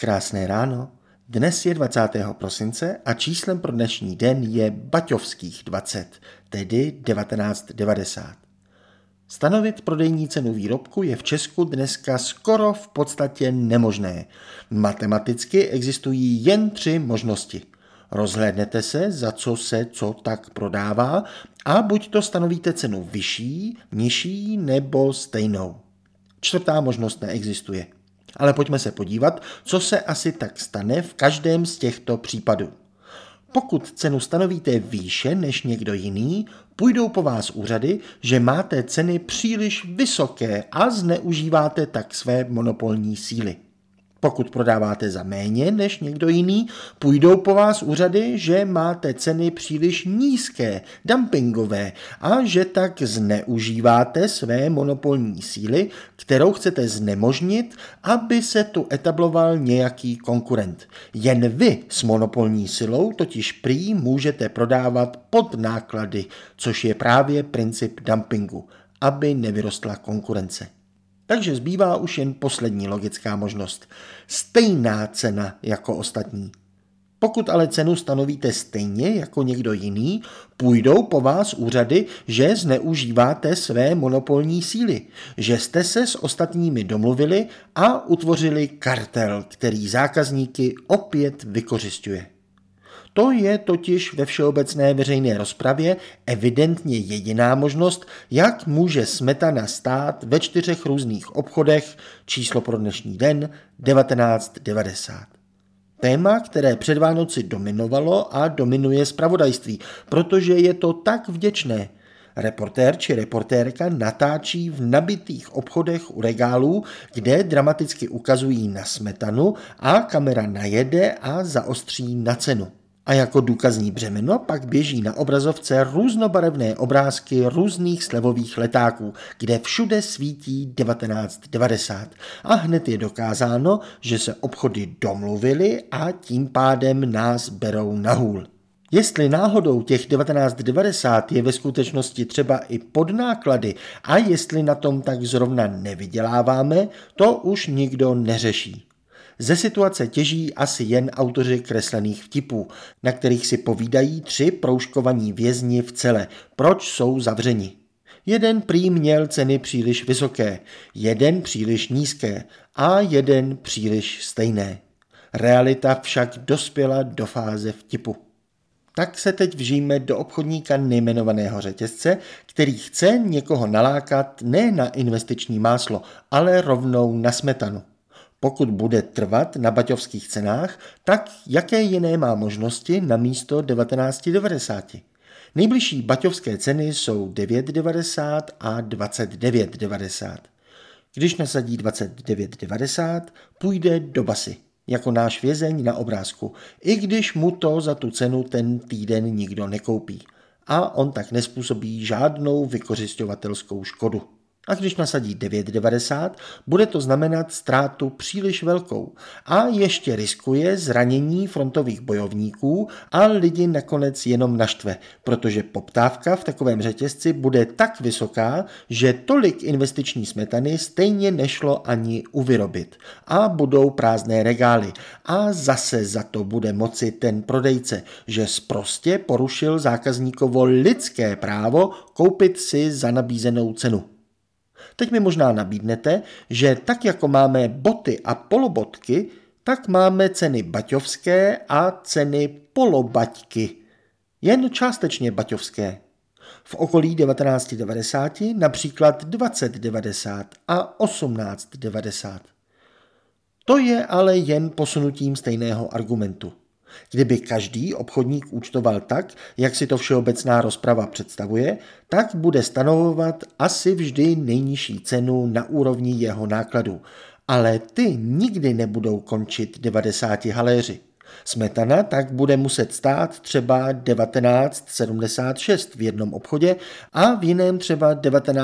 Krásné ráno. Dnes je 20. prosince a číslem pro dnešní den je baťovských 20, tedy 1990. Stanovit prodejní cenu výrobku je v Česku dneska skoro v podstatě nemožné. Matematicky existují jen 3 možnosti. Rozhlédnete se, za co se co tak prodává a buď to stanovíte cenu vyšší, nižší nebo stejnou. 4. možnost neexistuje. Ale pojďme se podívat, co se asi tak stane v každém z těchto případů. Pokud cenu stanovíte výše než někdo jiný, půjdou po vás úřady, že máte ceny příliš vysoké a zneužíváte tak své monopolní síly. Pokud prodáváte za méně než někdo jiný, půjdou po vás úřady, že máte ceny příliš nízké, dumpingové a že tak zneužíváte své monopolní síly, kterou chcete znemožnit, aby se tu etabloval nějaký konkurent. Jen vy s monopolní silou totiž prý můžete prodávat pod náklady, což je právě princip dumpingu, aby nevyrostla konkurence. Takže zbývá už jen poslední logická možnost. Stejná cena jako ostatní. Pokud ale cenu stanovíte stejně jako někdo jiný, půjdou po vás úřady, že zneužíváte své monopolní síly, že jste se s ostatními domluvili a utvořili kartel, který zákazníky opět vykořisťuje. To je totiž ve všeobecné veřejné rozpravě evidentně jediná možnost, jak může smetana stát ve 4 různých obchodech, číslo pro dnešní den 1990. Téma, které před Vánoci dominovalo a dominuje zpravodajství, protože je to tak vděčné. Reportér či reportérka natáčí v nabitých obchodech u regálů, kde dramaticky ukazují na smetanu a kamera najede a zaostří na cenu. A jako důkazní břemeno pak běží na obrazovce různobarevné obrázky různých slevových letáků, kde všude svítí 1990. A hned je dokázáno, že se obchody domluvily a tím pádem nás berou na hůl. Jestli náhodou těch 1990 je ve skutečnosti třeba i pod náklady a jestli na tom tak zrovna nevyděláváme, to už nikdo neřeší. Ze situace těží asi jen autoři kreslených vtipů, na kterých si povídají 3 proužkovaní vězni v cele, proč jsou zavřeni. Jeden prý měl ceny příliš vysoké, jeden příliš nízké a jeden příliš stejné. Realita však dospěla do fáze vtipu. Tak se teď vžijme do obchodníka nejmenovaného řetězce, který chce někoho nalákat ne na investiční máslo, ale rovnou na smetanu. Pokud bude trvat na baťovských cenách, tak jaké jiné má možnosti na místo 1990? Nejbližší baťovské ceny jsou 9,90 a 29,90. Když nasadí 29,90, půjde do basy, jako náš vězeň na obrázku, i když mu to za tu cenu ten týden nikdo nekoupí. A on tak nespůsobí žádnou vykořisťovatelskou škodu. A když nasadí 9,90, bude to znamenat ztrátu příliš velkou a ještě riskuje zranění frontových bojovníků a lidi nakonec jenom naštve, protože poptávka v takovém řetězci bude tak vysoká, že tolik investiční smetany stejně nešlo ani uvyrobit a budou prázdné regály a zase za to bude moci ten prodejce, že sprostě porušil zákazníkovo lidské právo koupit si za nabízenou cenu. Teď mi možná nabídnete, že tak jako máme boty a polobotky, tak máme ceny baťovské a ceny polobaťky. Jen částečně baťovské. V okolí 1990 například 20,90 a 18,90. To je ale jen posunutím stejného argumentu. Kdyby každý obchodník účtoval tak, jak si to všeobecná rozprava představuje, tak bude stanovovat asi vždy nejnižší cenu na úrovni jeho nákladů. Ale ty nikdy nebudou končit 90 haléři. Smetana tak bude muset stát třeba 19,76 v jednom obchodě a v jiném třeba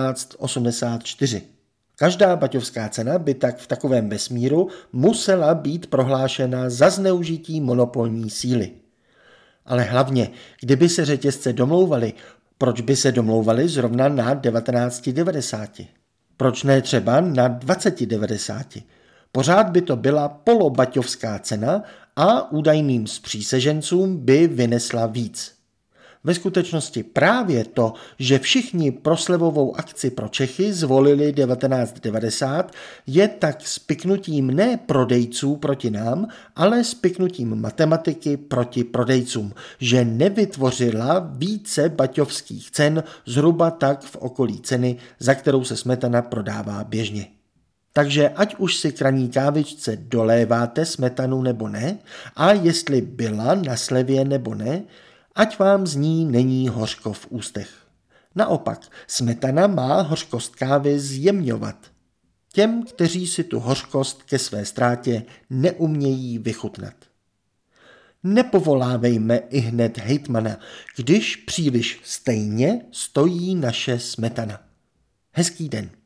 19,84. Každá baťovská cena by tak v takovém vesmíru musela být prohlášena za zneužití monopolní síly. Ale hlavně, kdyby se řetězce domlouvali, proč by se domlouvali zrovna na 19,90? Proč ne třeba na 20,90? Pořád by to byla polobaťovská cena a údajným spřísežencům by vynesla víc. Ve skutečnosti právě to, že všichni pro slevovou akci pro Čechy zvolili 1990, je tak spiknutím ne prodejců proti nám, ale spiknutím matematiky proti prodejcům, že nevytvořila více baťovských cen zhruba tak v okolí ceny, za kterou se smetana prodává běžně. Takže ať už si k ranní kávičce doléváte smetanu nebo ne, a jestli byla na slevě nebo ne, ať vám z ní není hořko v ústech. Naopak, smetana má hořkost kávy zjemňovat. Těm, kteří si tu hořkost ke své ztrátě neumějí vychutnat. Nepovolávejme ihned hejtmana, když příliš stejně stojí naše smetana. Hezký den.